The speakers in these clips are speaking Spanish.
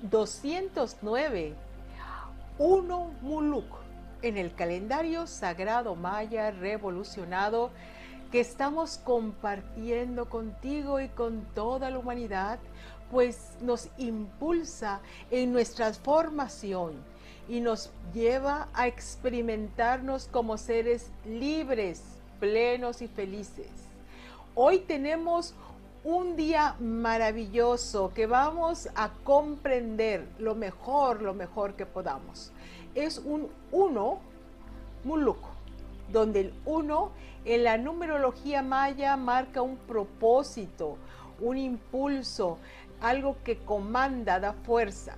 209, Uno Muluk, en el calendario sagrado maya revolucionado que estamos compartiendo contigo y con toda la humanidad, pues nos impulsa en nuestra formación y nos lleva a experimentarnos como seres libres, plenos y felices. Hoy tenemos un día maravilloso que vamos a comprender lo mejor que podamos. Es un uno Muluk, donde el uno en la numerología maya marca un propósito, un impulso, algo que comanda, da fuerza.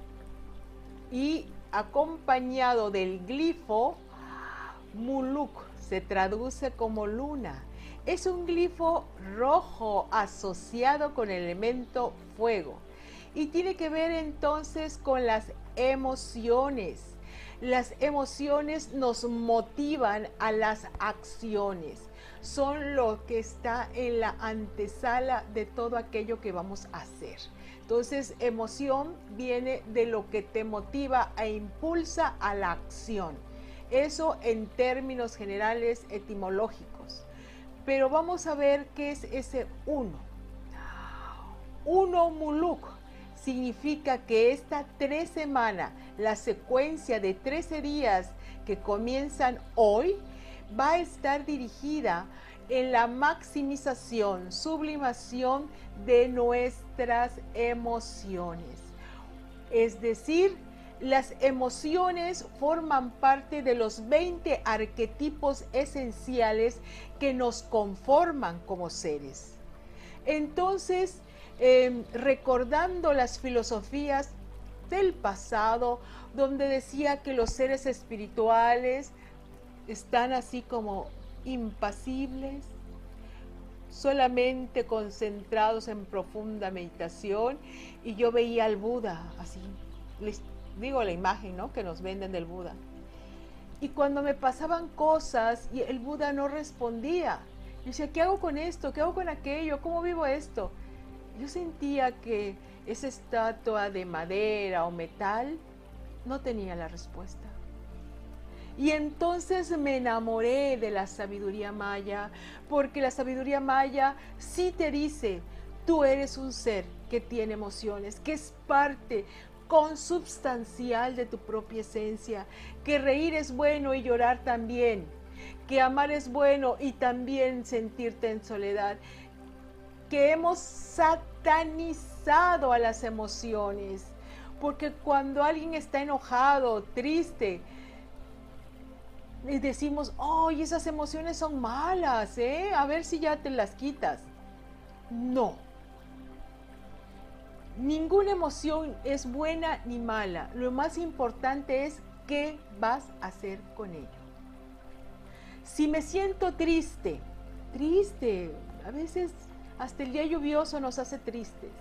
Y acompañado del glifo, Muluk se traduce como luna. Es un glifo rojo asociado con el elemento fuego y tiene que ver entonces con las emociones. Las emociones nos motivan a las acciones. Son lo que está en la antesala de todo aquello que vamos a hacer. Entonces, emoción viene de lo que te motiva e impulsa a la acción. Eso en términos generales etimológicos. Pero vamos a ver qué es ese uno. Uno Muluk significa que esta 3 semanas, la secuencia de 13 días que comienzan hoy, va a estar dirigida en la maximización, sublimación de nuestras emociones. Es decir, las emociones forman parte de los 20 arquetipos esenciales que nos conforman como seres. Entonces, recordando las filosofías del pasado, donde decía que los seres espirituales están así como impasibles, solamente concentrados en profunda meditación, y yo veía al Buda, así, les digo la imagen, ¿no?, que nos venden del Buda. Y cuando me pasaban cosas y el Buda no respondía, yo decía, ¿qué hago con esto? ¿Qué hago con aquello? ¿Cómo vivo esto? Yo sentía que esa estatua de madera o metal no tenía la respuesta. Y entonces me enamoré de la sabiduría maya, porque la sabiduría maya sí te dice, tú eres un ser que tiene emociones, que es parte consubstancial de tu propia esencia, que reír es bueno y llorar también, que amar es bueno y también sentirte en soledad, que hemos satanizado a las emociones, porque cuando alguien está enojado, triste, y decimos, oh, esas emociones son malas, a ver si ya te las quitas. No. Ninguna emoción es buena ni mala. Lo más importante es qué vas a hacer con ello. Si me siento triste, a veces hasta el día lluvioso nos hace tristes.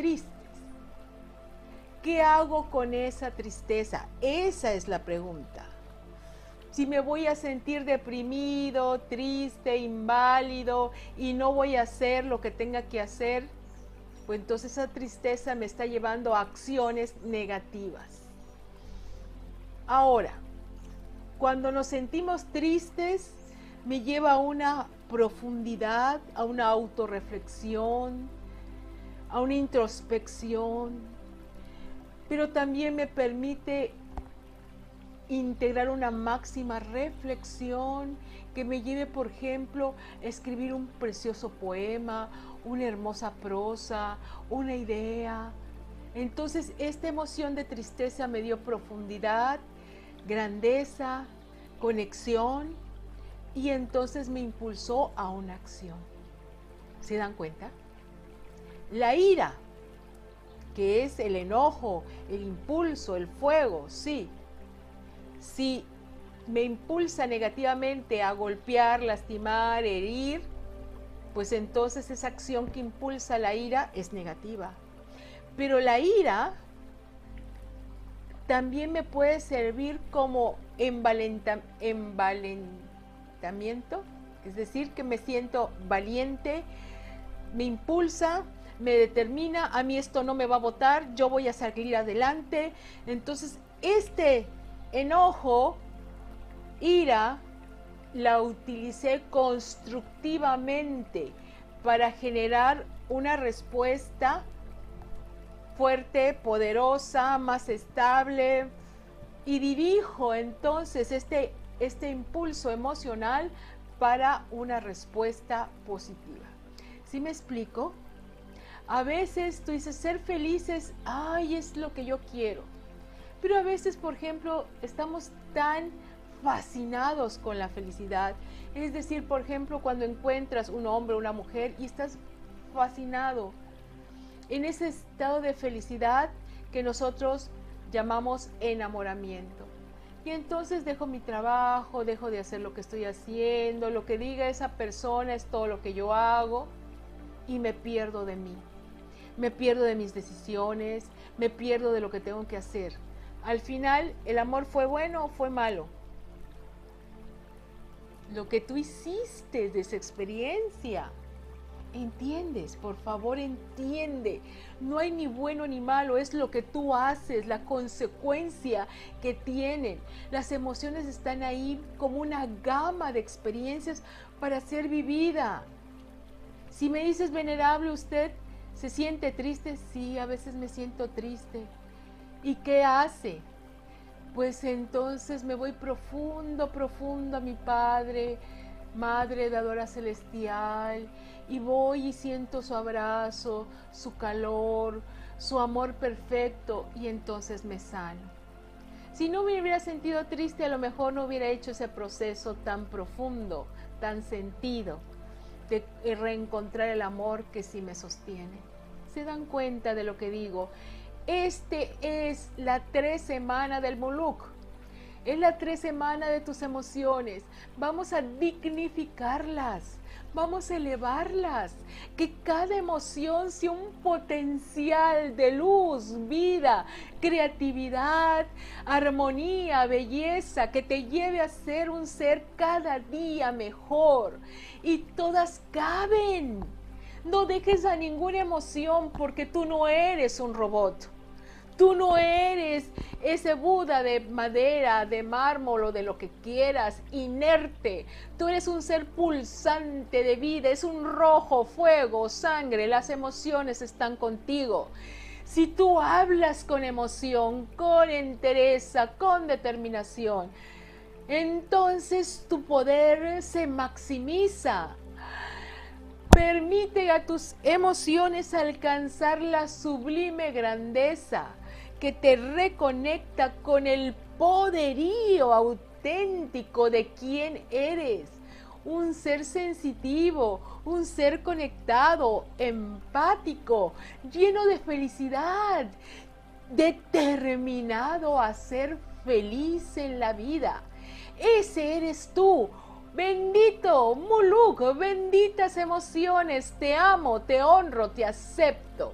¿Qué hago con esa tristeza? Esa es la pregunta. Si me voy a sentir deprimido, triste, inválido y no voy a hacer lo que tenga que hacer, pues entonces esa tristeza me está llevando a acciones negativas. Ahora, cuando nos sentimos tristes, me lleva a una profundidad, a una autorreflexión, a una introspección, pero también me permite integrar una máxima reflexión que me lleve, por ejemplo, a escribir un precioso poema, una hermosa prosa, una idea. Entonces, esta emoción de tristeza me dio profundidad, grandeza, conexión, y entonces me impulsó a una acción. ¿Se dan cuenta? La ira, que es el enojo, el impulso, el fuego, sí. Si me impulsa negativamente a golpear, lastimar, herir, pues entonces esa acción que impulsa la ira es negativa. Pero la ira también me puede servir como envalentamiento, es decir, que me siento valiente, me impulsa, me determina, a mí esto no me va a botar, yo voy a salir adelante. Entonces, este enojo, ira, la utilicé constructivamente para generar una respuesta fuerte, poderosa, más estable, y dirijo entonces este impulso emocional para una respuesta positiva. ¿Sí me explico? A veces tú dices, ser felices, ay, es lo que yo quiero. Pero a veces, por ejemplo, estamos tan fascinados con la felicidad. Es decir, por ejemplo, cuando encuentras un hombre o una mujer y estás fascinado en ese estado de felicidad que nosotros llamamos enamoramiento. Y entonces dejo mi trabajo, dejo de hacer lo que estoy haciendo, lo que diga esa persona es todo lo que yo hago, y me pierdo de mí. Me pierdo de mis decisiones, me pierdo de lo que tengo que hacer. Al final, ¿el amor fue bueno o fue malo? Lo que tú hiciste de esa experiencia. ¿Entiendes? Por favor, entiende. No hay ni bueno ni malo, es lo que tú haces, la consecuencia que tienen. Las emociones están ahí como una gama de experiencias para ser vivida. Si me dices, venerable, ¿usted se siente triste? Sí, a veces me siento triste. ¿Y qué hace? Pues entonces me voy profundo, profundo a mi Padre, Madre Dadora Celestial, y voy y siento su abrazo, su calor, su amor perfecto, y entonces me sano. Si no me hubiera sentido triste, a lo mejor no hubiera hecho ese proceso tan profundo, tan sentido, de reencontrar el amor que sí me sostiene. ¿Se dan cuenta de lo que digo? Este es la 3 semana del Muluk. Es la 3 semana de tus emociones. Vamos a dignificarlas. Vamos a elevarlas. Que cada emoción sea un potencial de luz, vida, creatividad, armonía, belleza, que te lleve a ser un ser cada día mejor. Y todas caben. No dejes a ninguna emoción, porque tú no eres un robot. Tú no eres ese Buda de madera, de mármol o de lo que quieras, inerte. Tú eres un ser pulsante de vida, es un rojo, fuego, sangre. Las emociones están contigo. Si tú hablas con emoción, con entereza, con determinación, entonces tu poder se maximiza. Permite a tus emociones alcanzar la sublime grandeza que te reconecta con el poderío auténtico de quién eres. Un ser sensitivo, un ser conectado, empático, lleno de felicidad, determinado a ser feliz en la vida. Ese eres tú. Bendito Muluk, benditas emociones, te amo, te honro, te acepto.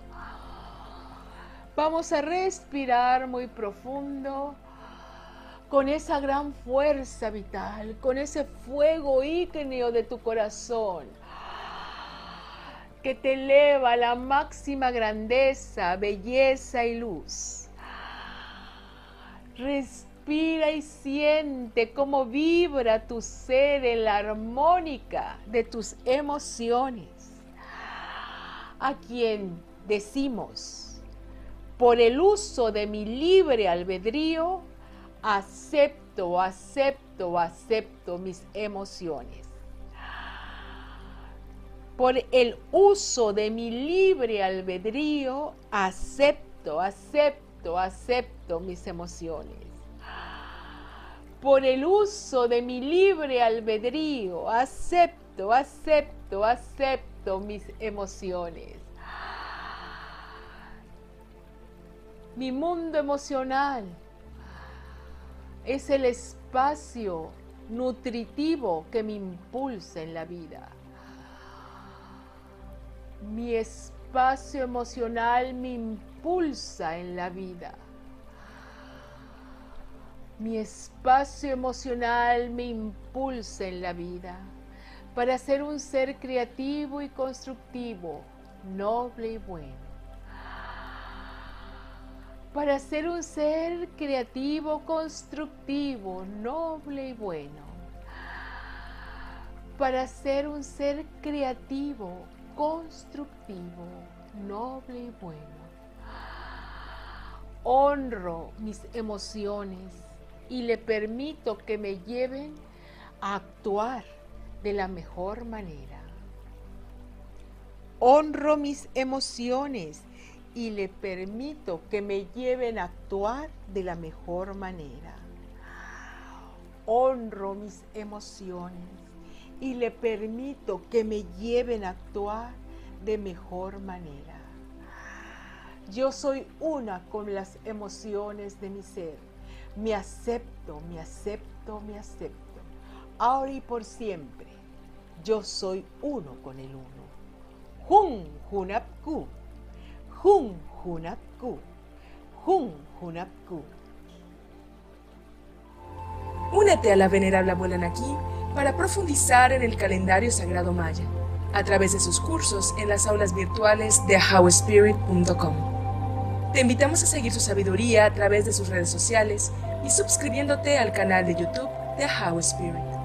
Vamos a respirar muy profundo, con esa gran fuerza vital, con ese fuego ígneo de tu corazón, que te eleva a la máxima grandeza, belleza y luz. Respira y siente cómo vibra tu ser en la armónica de tus emociones. A quien decimos, por el uso de mi libre albedrío, acepto, acepto, acepto mis emociones. Por el uso de mi libre albedrío, acepto, acepto, acepto mis emociones. Por el uso de mi libre albedrío, acepto, acepto, acepto mis emociones. Mi mundo emocional es el espacio nutritivo que me impulsa en la vida. Mi espacio emocional me impulsa en la vida. Mi espacio emocional me impulsa en la vida para ser un ser creativo y constructivo, noble y bueno. Para ser un ser creativo, constructivo, noble y bueno. Para ser un ser creativo, constructivo, noble y bueno. Honro mis emociones y le permito que me lleven a actuar de la mejor manera. Honro mis emociones y le permito que me lleven a actuar de la mejor manera. Honro mis emociones y le permito que me lleven a actuar de mejor manera. Yo soy una con las emociones de mi ser. Me acepto, me acepto, me acepto. Ahora y por siempre, yo soy uno con el uno. Jun Hunapku, Jun Hunapku, Jun Hunapku. Únete a la venerable abuela Naki para profundizar en el calendario sagrado maya, a través de sus cursos en las aulas virtuales de ahauspirit.com. Te invitamos a seguir su sabiduría a través de sus redes sociales y suscribiéndote al canal de YouTube de Ahau Spirit.